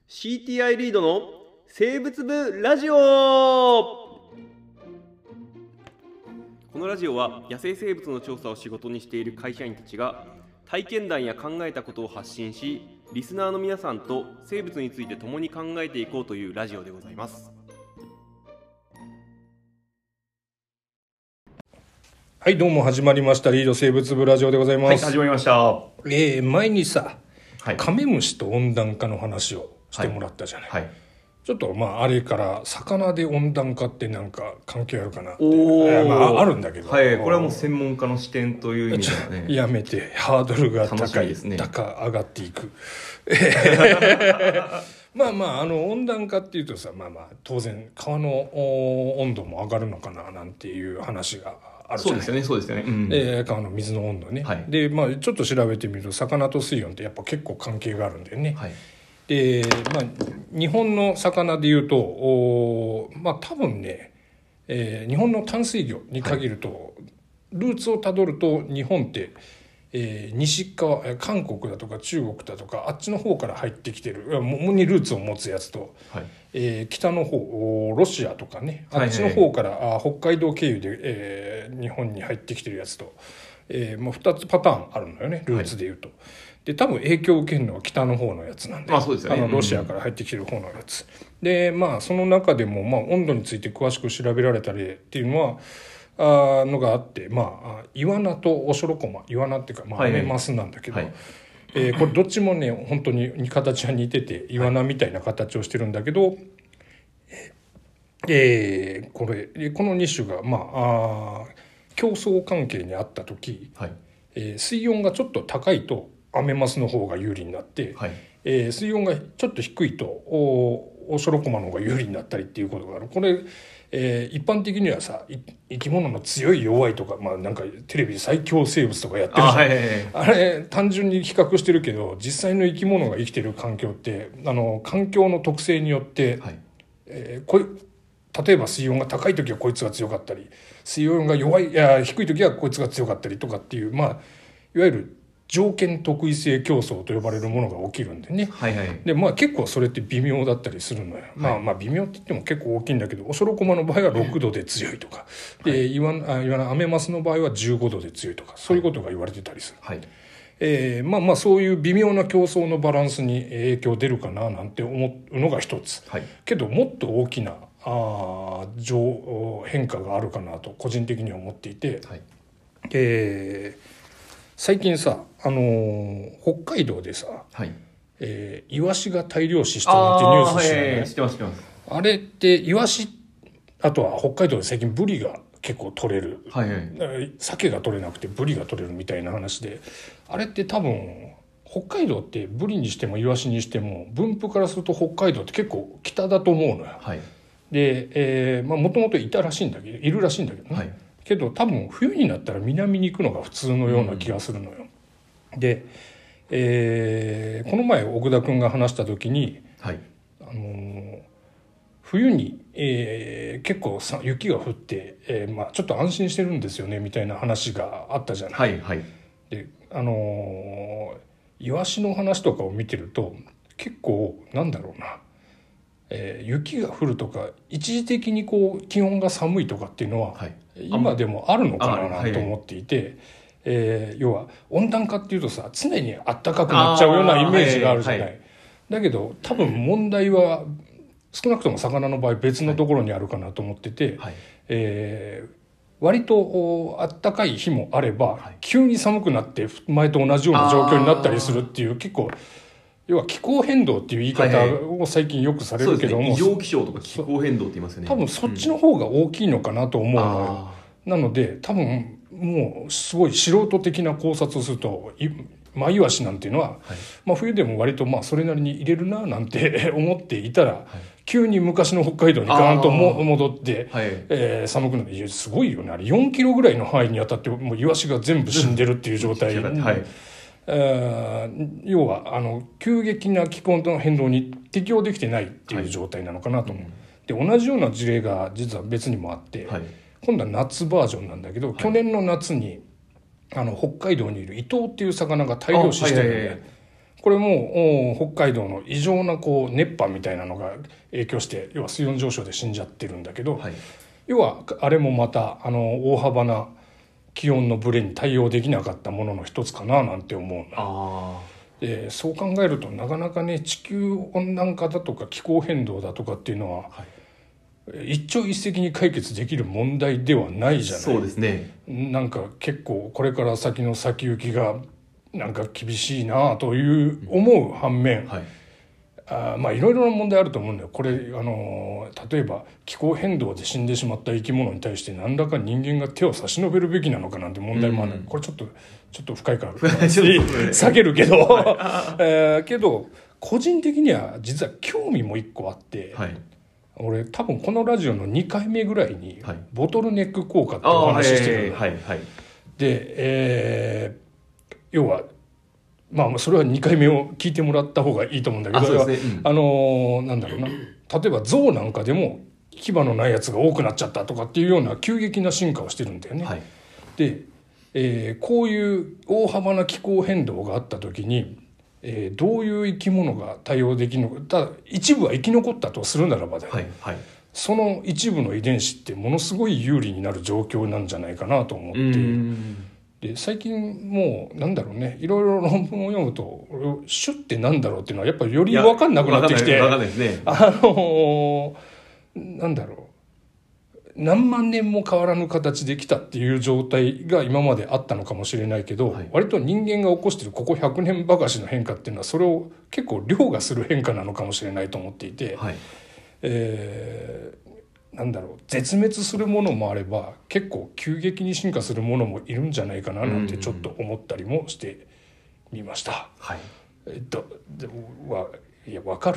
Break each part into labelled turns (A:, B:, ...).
A: CTI リードの生物部ラジオ。このラジオは野生生物の調査を仕事にしている会社員たちが体験談や考えたことを発信し、リスナーの皆さんと生物について共に考えていこうというラジオでございます。
B: はい、どうも始まりましたリード生物部ラジオでございます。
A: はい、始まりました。
B: 前にさ、
A: はい、
B: カメムシと温暖化の話をしてもらったじゃない、
A: はいはい、
B: ちょっとあれから魚で温暖化ってなんか関係あるかなって、あるんだけど、
A: はい、これはもう専門家の視点という意味ではね、
B: やめてハードルが高い
A: ですね、
B: 上がっていく温暖化っていうとさ、当然川の温度も上がるのかななんていう話があるじゃない。
A: そうですよね、
B: 川の水の温度ね、
A: はい、
B: でちょっと調べてみると魚と水温ってやっぱ結構関係があるんだよね、はい、で日本の魚でいうと多分ね、日本の淡水魚に限ると、はい、ルーツをたどると日本って、西側韓国だとか中国だとかあっちの方から入ってきてるにルーツを持つやつと、はい、北の方ロシアとかねあっちの方から、北海道経由で、日本に入ってきてるやつと、2つパターンあるのよねルーツでいうと、はい、で多分影響を受けるのは北の方のやつなんで、
A: そうですよね、
B: ロシアから入ってきてる方のやつ、でその中でも、温度について詳しく調べられた例っていうのはのがあって、イワナとオショロコマ、イワナっていうかアメマスなんだけど、これどっちもね本当に形は似ててイワナみたいな形をしてるんだけど、この2種が競争関係にあった時、はい、水温がちょっと高いとアメマスの方が有利になって、はい、水温がちょっと低いとオショロコマの方が有利になったりっていうことがある。これ一般的にはさ生き物の強い弱いとか、なんかテレビで最強生物とかやってるじゃん、あれ単純に比較してるけど実際の生き物が生きてる環境って環境の特性によって、はい、例えば水温が高い時はこいつが強かったり水温が低い時はこいつが強かったりとかっていう、いわゆる条件特異性競争と呼ばれるものが起きるんでね、はいはい、で結構それって微妙だったりするのよ、はい、微妙って言っても結構大きいんだけどオショロコマの場合は6度で強いとか、はい、でアメマスの場合は15度で強いとかそういうことが言われてたりする、はい、そういう微妙な競争のバランスに影響出るかななんて思うのが一つ、はい、けどもっと大きな変化があるかなと個人的には思っていて、はい、最近さ、北海道でさ、はいイワシが大量死したなんてニュース知らない？知ってます。あれってイワシ、あとは北海道で最近ブリが結構取れる、はいはい、鮭が取れなくてブリが取れるみたいな話で、あれって多分北海道ってブリにしてもイワシにしても分布からすると北海道って結構北だと思うのよ、はい、でもともといるらしいんだけどね、はい、けど多分冬になったら南に行くのが普通のような気がするのよ、で、この前奥田君が話した時に、はい、冬に、結構雪が降って、ちょっと安心してるんですよねみたいな話があったじゃない、はいはい、でイワシの話とかを見てると結構なんだろうな、雪が降るとか一時的に気温が寒いとかっていうのは、はい、今でもあるのかなと思っていて、要は温暖化っていうとさ常に暖かくなっちゃうようなイメージがあるじゃない、はいはい、だけど多分問題は少なくとも魚の場合別のところにあるかなと思ってて、はい割と暖かい日もあれば、はい、急に寒くなって前と同じような状況になったりするっていう結構要は気候変動っていう言い方を最近よくされるけども、
A: 異常気象とか気候変動って言いますよね。
B: 多分そっちの方が大きいのかなと思うのよ、なので多分もうすごい素人的な考察をするとマイワシなんていうのは、はい冬でも割とそれなりに入れるななんて思っていたら、はい、急に昔の北海道にガーンと戻って、はい寒くなってすごいよねあれ4キロぐらいの範囲にあたってもうイワシが全部死んでるっていう状態、はい要は急激な気候の変動に適応できてないっていう状態なのかなと思う、で同じような事例が実は別にもあって、はい、今度は夏バージョンなんだけど、はい、去年の夏に北海道にいるイトウっていう魚が大量死してるので、 これも北海道の異常なこう熱波みたいなのが影響して、要は水温上昇で死んじゃってるんだけど、
A: はい、
B: 要はあれもまた大幅な気温のブレに対応できなかったものの一つかななんて思うな。でそう考えるとなかなかね、地球温暖化だとか気候変動だとかっていうのは、一朝一夕に解決できる問題ではないじゃない。
A: そうですね。
B: なんか結構これから先の先行きがなんか厳しいなという思う反面、まあいろいろな問題あると思うんだよ。これ例えば気候変動で死んでしまった生き物に対して何らか人間が手を差し伸べるべきなのかなんて問題もある、これちょっと深いから避けるけどけど個人的には実は興味も一個あって、俺多分このラジオの2回目ぐらいにボトルネック効果ってお話ししてるんだ。で、要はまあそれは2回目を聞いてもらった方がいいと思うんだけど、なんだろうな、例えば象なんかでも牙のないやつが多くなっちゃったとかっていうような急激な進化をしてるんだよね。で、こういう大幅な気候変動があった時に、どういう生き物が対応できるのか、ただ一部は生き残ったとするならばだよ、その一部の遺伝子ってものすごい有利になる状況なんじゃないかなと思って、で最近もうなんだろうね、いろいろ論文を読むと種ってなんだろうっていうのはやっぱりより分かんなくなってきて、なんだろう、何万年も変わらぬ形で来たっていう状態が今まであったのかもしれないけど、割と人間が起こしているここ100年ばかしの変化っていうのはそれを結構凌駕する変化なのかもしれないと思っていて、なんだろう、絶滅するものもあれば結構急激に進化するものもいるんじゃないかななんてちょっと思ったりもしてみました。いや分かる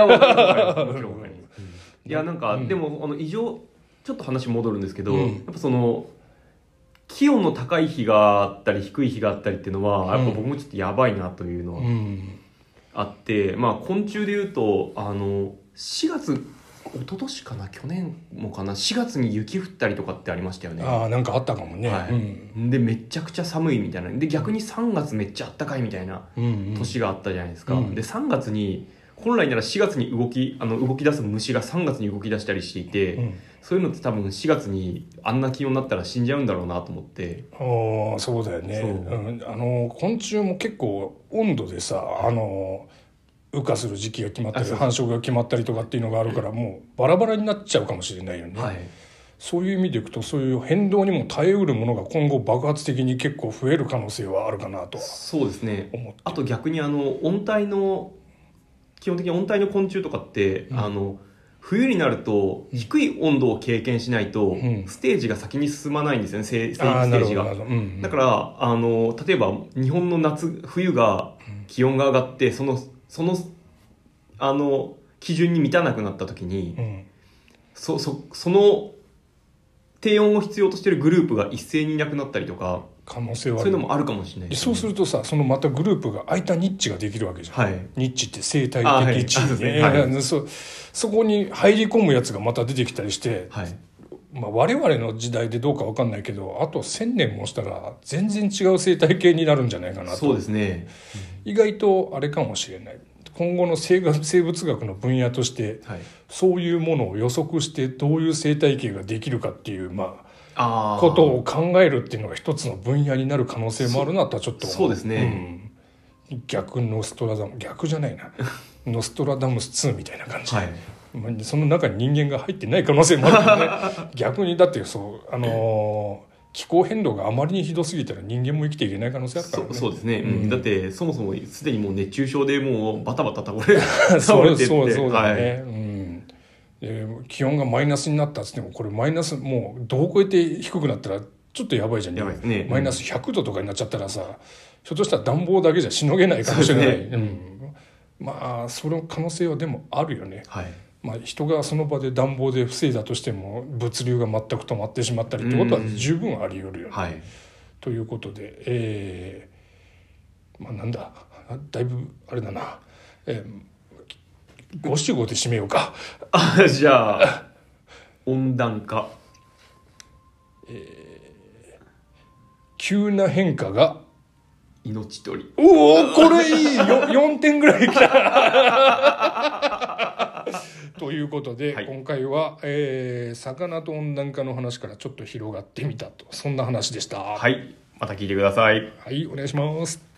A: いやなんか、でも異常ちょっと話戻るんですけど、やっぱその気温の高い日があったり低い日があったりっていうのは、やっぱ僕もちょっとやばいなというのはあって、まあ昆虫でいうと4月、一昨年かな、去年もかな、4月に雪降ったりとかってありましたよね。
B: なんかあったかもね。
A: でめちゃくちゃ寒いみたいな、で逆に3月めっちゃ暖かいみたいな年があったじゃないですか。で3月に本来なら4月に動き出す虫が3月に動き出したりしていて、そういうのって多分4月にあんな気温になったら死んじゃうんだろうなと思って。
B: そうだよね。昆虫も結構温度でさ、羽化する時期が決まったり繁殖が決まったりとかっていうのがあるから、もうバラバラになっちゃうかもしれないよね。そういう意味でいくと、そういう変動にも耐えうるものが今後爆発的に結構増える可能性はあるかなと。
A: そうですね。あと逆に基本的に温帯の昆虫とかって、冬になると低い温度を経験しないと、ステージが先に進まないんですよね、生育ステージが。だから例えば日本の冬が気温が上がって、その基準に満たなくなった時に、その低温を必要としているグループが一斉にいなくなったりとか、
B: 可能性はある。
A: そういうのもあるかもしれないですね。
B: そうするとさ、そのまたグループが空いたニッチができるわけじゃん。ニッチって生態的地位ね。そこに入り込むやつがまた出てきたりして、我々の時代でどうか分かんないけど、あと1000年もしたら全然違う生態系になるんじゃないかなと。
A: そうですね。
B: 意外とあれかもしれない。今後の生物学の分野として、そういうものを予測してどういう生態系ができるかっていうことを考えるっていうのが一つの分野になる可能性もあるなとはちょっと思う。
A: そうですね。
B: 逆じゃないなノストラダムス2みたいな感じ。その中に人間が入ってない可能性もあるからね。逆にだって気候変動があまりにひどすぎたら人間も生きていけない可能性あるからね。
A: そうですね。だってそもそもすでにもう熱中症でもうバタバタ倒れてって。
B: そうだね。気温がマイナスになったっつっても、これマイナスもうどう超えて低くなったらちょっとやばいじゃん。マイナス100度とかになっちゃったらさ、ひょっとしたら暖房だけじゃしのげないかもしれない。その可能性はでもあるよね。人がその場で暖房で防いだとしても物流が全く止まってしまったりってことは十分あり得るよね。ということで、なんだ、だいぶあれだな、五七五で締めようか。
A: じゃあ温暖化、
B: 急な変化が
A: 命取り。
B: おお、これいいよ。4点ぐらいきた。ということで、
A: はい、
B: 今回は、魚と温暖化の話からちょっと広がってみたと。そんな話でした。
A: はい。また聞いてください。
B: はい、お願いします。